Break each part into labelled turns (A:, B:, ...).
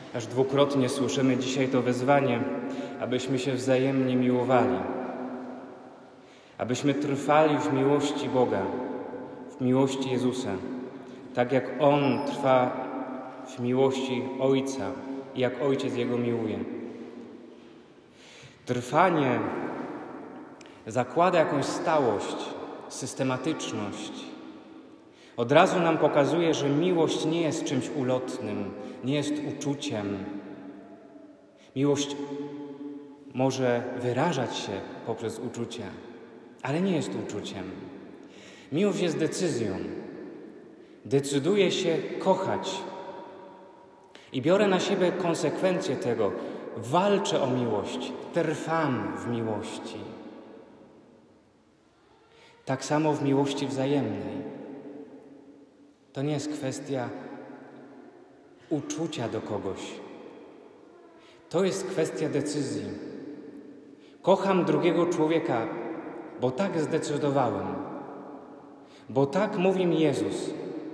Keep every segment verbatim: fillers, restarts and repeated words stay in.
A: Aż dwukrotnie słyszymy dzisiaj to wezwanie, abyśmy się wzajemnie miłowali, abyśmy trwali w miłości Boga, w miłości Jezusa, tak jak On trwa w miłości Ojca i jak Ojciec Jego miłuje. Trwanie zakłada jakąś stałość, systematyczność. Od razu nam pokazuje, że miłość nie jest czymś ulotnym, nie jest uczuciem. Miłość może wyrażać się poprzez uczucia, ale nie jest uczuciem. Miłość jest decyzją. Decyduję się kochać i biorę na siebie konsekwencje tego. Walczę o miłość, trwam w miłości. Tak samo w miłości wzajemnej. To nie jest kwestia uczucia do kogoś. To jest kwestia decyzji. Kocham drugiego człowieka, bo tak zdecydowałem. Bo tak mówi mi Jezus.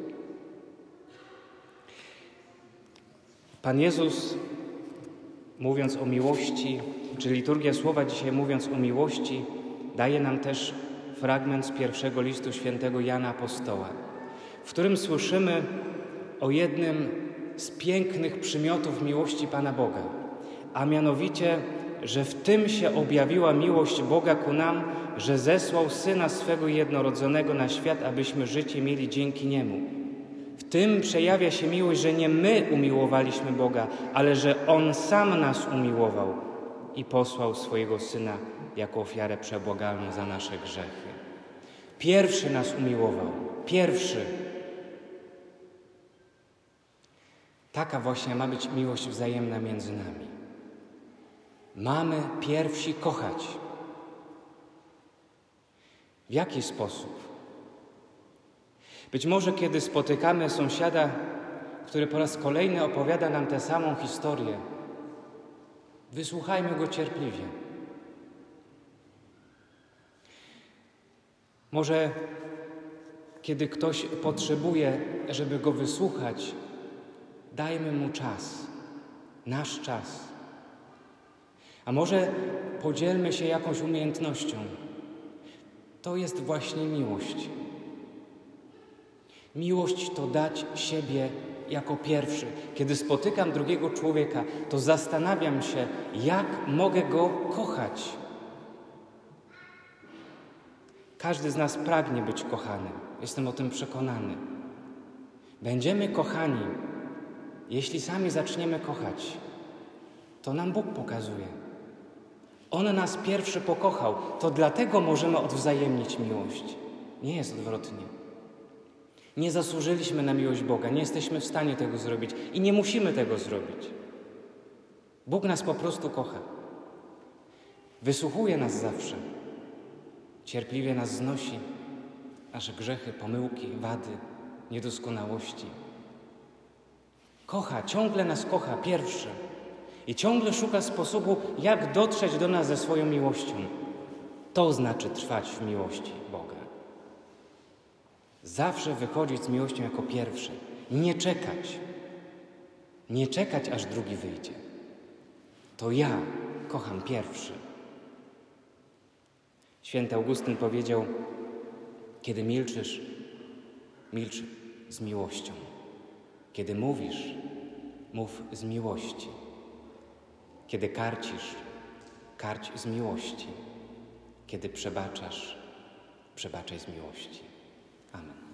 A: Pan Jezus, mówiąc o miłości, czy liturgia słowa dzisiaj mówiąc o miłości, daje nam też fragment z pierwszego listu świętego Jana Apostoła, w którym słyszymy o jednym z pięknych przymiotów miłości Pana Boga, a mianowicie, że w tym się objawiła miłość Boga ku nam, że zesłał Syna swego jednorodzonego na świat, abyśmy życie mieli dzięki Niemu. W tym przejawia się miłość, że nie my umiłowaliśmy Boga, ale że On sam nas umiłował i posłał swojego Syna jako ofiarę przebłagalną za nasze grzechy. Pierwszy nas umiłował. Pierwszy. Taka właśnie ma być miłość wzajemna między nami. Mamy pierwsi kochać. W jaki sposób? Być może kiedy spotykamy sąsiada, który po raz kolejny opowiada nam tę samą historię, wysłuchajmy go cierpliwie. Może kiedy ktoś potrzebuje, żeby go wysłuchać, dajmy mu czas, nasz czas. A może podzielmy się jakąś umiejętnością. To jest właśnie miłość. Miłość to dać siebie jako pierwszy. Kiedy spotykam drugiego człowieka, to zastanawiam się, jak mogę go kochać. Każdy z nas pragnie być kochanym. Jestem o tym przekonany. Będziemy kochani, jeśli sami zaczniemy kochać. To nam Bóg pokazuje. On nas pierwszy pokochał. To dlatego możemy odwzajemnić miłość. Nie jest odwrotnie. Nie zasłużyliśmy na miłość Boga. Nie jesteśmy w stanie tego zrobić. I nie musimy tego zrobić. Bóg nas po prostu kocha. Wysłuchuje nas zawsze. Cierpliwie nas znosi. Nasze grzechy, pomyłki, wady, niedoskonałości. Kocha, ciągle nas kocha pierwszy. I ciągle szuka sposobu, jak dotrzeć do nas ze swoją miłością. To znaczy trwać w miłości Boga. Zawsze wychodzić z miłością jako pierwszy. Nie czekać. Nie czekać, aż drugi wyjdzie. To ja kocham pierwszy. Święty Augustyn powiedział, kiedy milczysz, milcz z miłością. Kiedy mówisz, mów z miłości. Kiedy karcisz, karć z miłości. Kiedy przebaczasz, przebaczaj z miłości. Amen.